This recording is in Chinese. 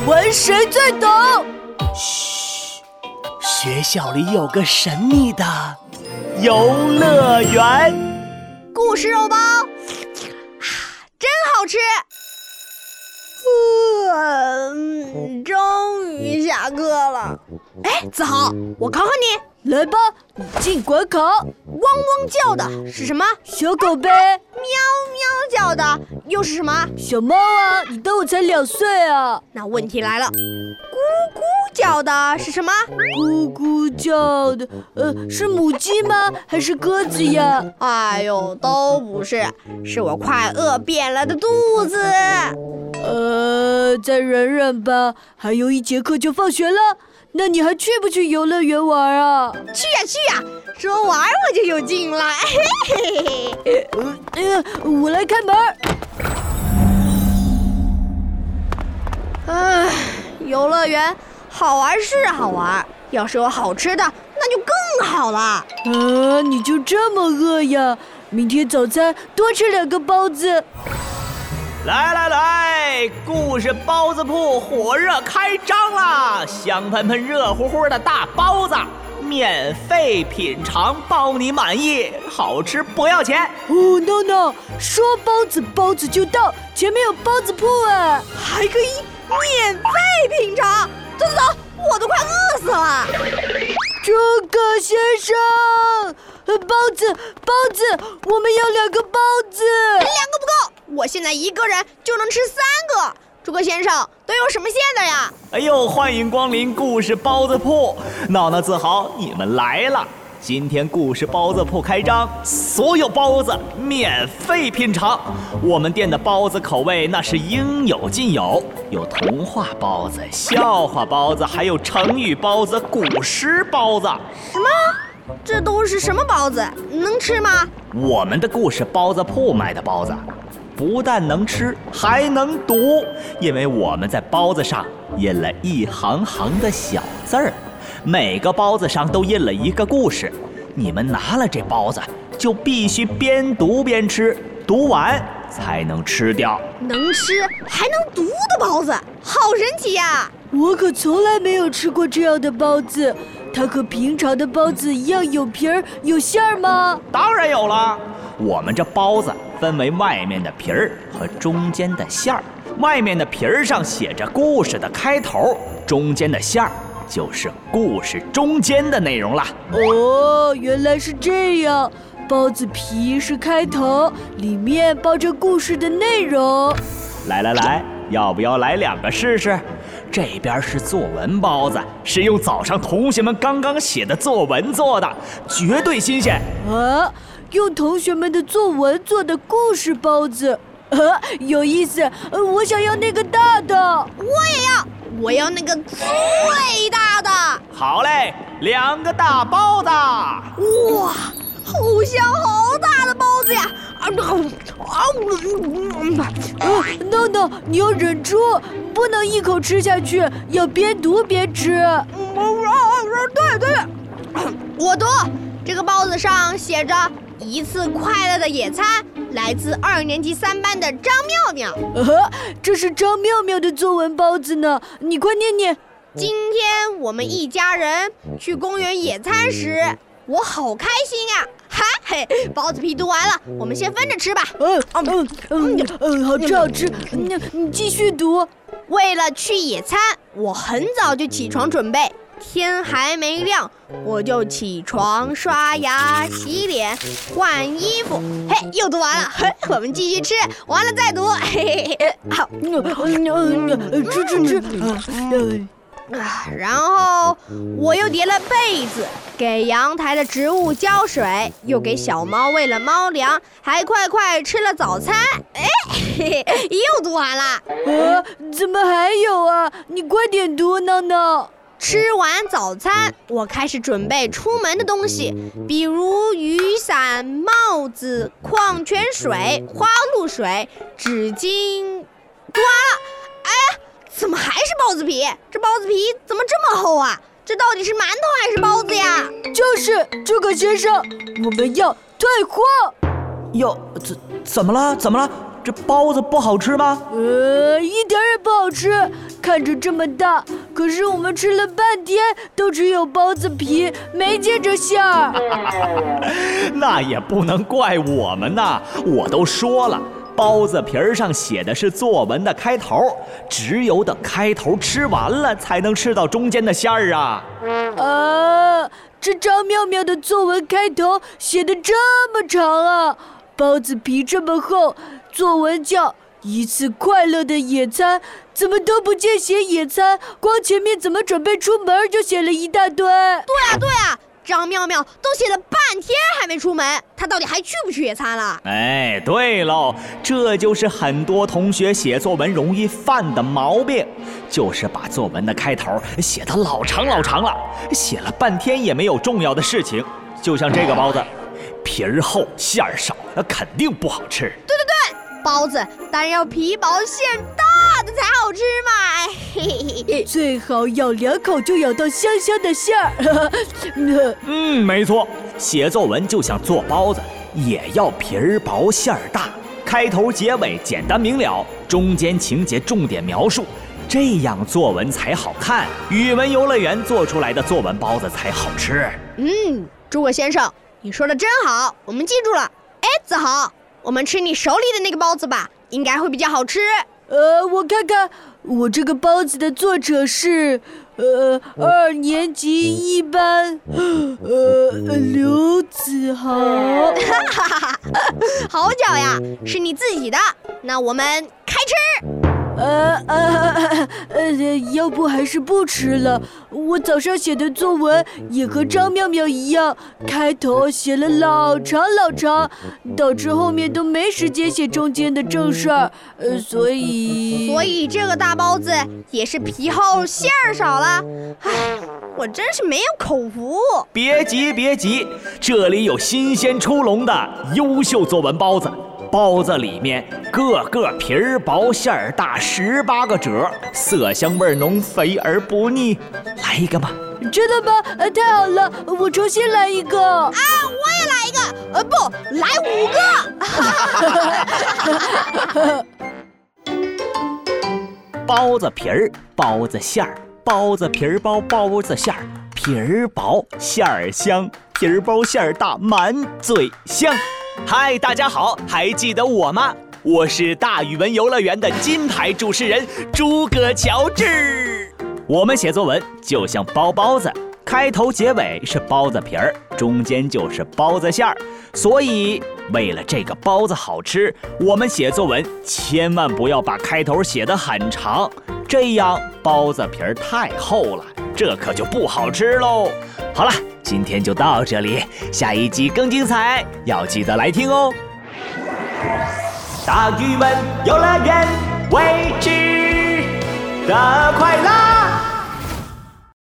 问谁最懂？ 嘘，学校里有个神秘的游乐园。 故事肉包，真好吃。终于下课了。哎，子豪，我考考你， 来吧，你进关考。 汪汪叫的是什么？ 小狗呗。 喵喵叫的又是什么？ 小猫啊，你当我才2岁啊？ 那问题来了，咕咕叫的是什么？ 咕咕叫的，是母鸡吗？还是鸽子呀？ 哎呦，都不是，是我快饿扁了的肚子。 再忍忍吧，还有1节课就放学了。那你还去不去游乐园玩啊？ 去呀，说玩我就有劲了。 我来开门。 游乐园好玩是好玩，要是有好吃的，那就更好了。 你就这么饿呀？明天早餐多吃2个包子。 来，故事包子铺火热开张啦！香喷喷、热乎乎的大包子，免费品尝，包你满意，好吃不要钱。 no， 说包子就到，前面有包子铺啊， 还可以免费品尝。走，我都快饿死了。 诸葛先生，包子，我们要2个包子。 2个不够，我现在1个人就能吃3个。诸葛先生，都有什么馅的呀？ 哎呦，欢迎光临故事包子铺，闹闹自豪，你们来了。今天故事包子铺开张，所有包子免费品尝。我们店的包子口味那是应有尽有，有童话包子、笑话包子，还有成语包子、古诗包子。 什么？这都是什么包子？能吃吗？ 我们的故事包子铺卖的包子不但能吃，还能读，因为我们在包子上印了一行行的小字儿，每个包子上都印了一个故事。你们拿了这包子，就必须边读边吃，读完才能吃掉。 能吃还能读的包子，好神奇呀！ 我可从来没有吃过这样的包子。它和平常的包子一样有皮儿有馅儿吗？ 当然有了，我们这包子分为外面的皮儿和中间的馅儿。外面的皮儿上写着故事的开头，中间的馅儿就是故事中间的内容啦。 原来是这样，包子皮是开头，里面包着故事的内容。 来，要不要来2个试试？这边是作文包子，是用早上同学们刚刚写的作文做的，绝对新鲜。 用同学们的作文做的故事包子，有意思。我想要那个大的。 我也要，我要那个最大的。 好嘞，2个大包子。 哇，好香好大的包子呀 ！no， 你要忍住，不能一口吃下去，要边读边吃。 对，我读。这个包子上写着一次快乐的野餐，来自2年级3班的张妙妙。 这是张妙妙的作文包子呢，你快念念。 今天我们一家人去公园野餐时，我好开心呀！包子皮读完了，我们先分着吃吧。 好吃。你继续读。 为了去野餐，我很早就起床准备，天还没亮我就起床刷牙洗脸换衣服。又读完了，我们继续吃，完了再读。好， 吃。 然后我又叠了被子，给阳台的植物浇水，又给小猫喂了猫粮，还快吃了早餐。又读完了。 怎么还有啊？你快点读，闹闹。 吃完早餐，我开始准备出门的东西，比如雨伞、帽子、矿泉水、花露水、纸巾。读完了。怎么还是包子皮？这包子皮怎么这么厚啊？这到底是馒头还是包子呀？ 就是诸葛先生，我们要退货。 哟，怎么了？这包子不好吃吗？ 一点也不好吃。看看着这么大，可是我们吃了半天都只有包子皮，没见着馅儿。 那也不能怪我们呐，我都说了，包子皮儿上写的是作文的开头，只有等开头吃完了，才能吃到中间的馅儿啊。 这张妙妙的作文开头写得这么长啊，包子皮这么厚，作文叫一次快乐的野餐，怎么都不见写野餐，光前面怎么准备出门就写了一大堆。 对啊，张妙妙都写了半天还没出门，她到底还去不去野餐了？ 哎，对喽，这就是很多同学写作文容易犯的毛病，就是把作文的开头写得老长了，写了半天也没有重要的事情。就像这个包子，皮儿厚馅儿少，肯定不好吃。 对，包子当然要皮薄馅大的才好吃嘛，嘿嘿， 最好咬2口就咬到香香的馅儿。 没错，写作文就像做包子，也要皮儿薄馅儿大，开头结尾简单明了，中间情节重点描述，这样作文才好看，语文游乐园做出来的作文包子才好吃。 诸葛先生，你说的真好，我们记住了。哎，子豪，我们吃你手里的那个包子吧，应该会比较好吃。 我看看，我这个包子的作者是2年级1班，刘子豪。 好巧呀，是你自己的，那我们开吃。 要不还是不吃了。我早上写的作文也和张妙妙一样，开头写了老长，导致后面都没时间写中间的正事儿，所以这个大包子也是皮厚馅儿少了。唉，我真是没有口福。 别急，这里有新鲜出笼的优秀作文包子。包子里面个个皮儿薄馅儿大，18个褶，色香味浓，肥而不腻。来一个吧。 真的吗？太好了，我重新来一个。 我也来一个。不，来5个。 包子皮儿，包子馅儿，包子皮儿包，包子馅儿，皮儿薄馅儿香，皮儿包馅儿大，满嘴香。嗨，大家好，还记得我吗？我是大语文游乐园的金牌主持人诸葛乔治。我们写作文就像包包子，开头结尾是包子皮儿，中间就是包子馅儿。所以为了这个包子好吃，我们写作文千万不要把开头写得很长，这样包子皮儿太厚了，这可就不好吃喽。好了，今天就到这里，下一集更精彩，要记得来听哦。大语文游乐园，未知的快乐。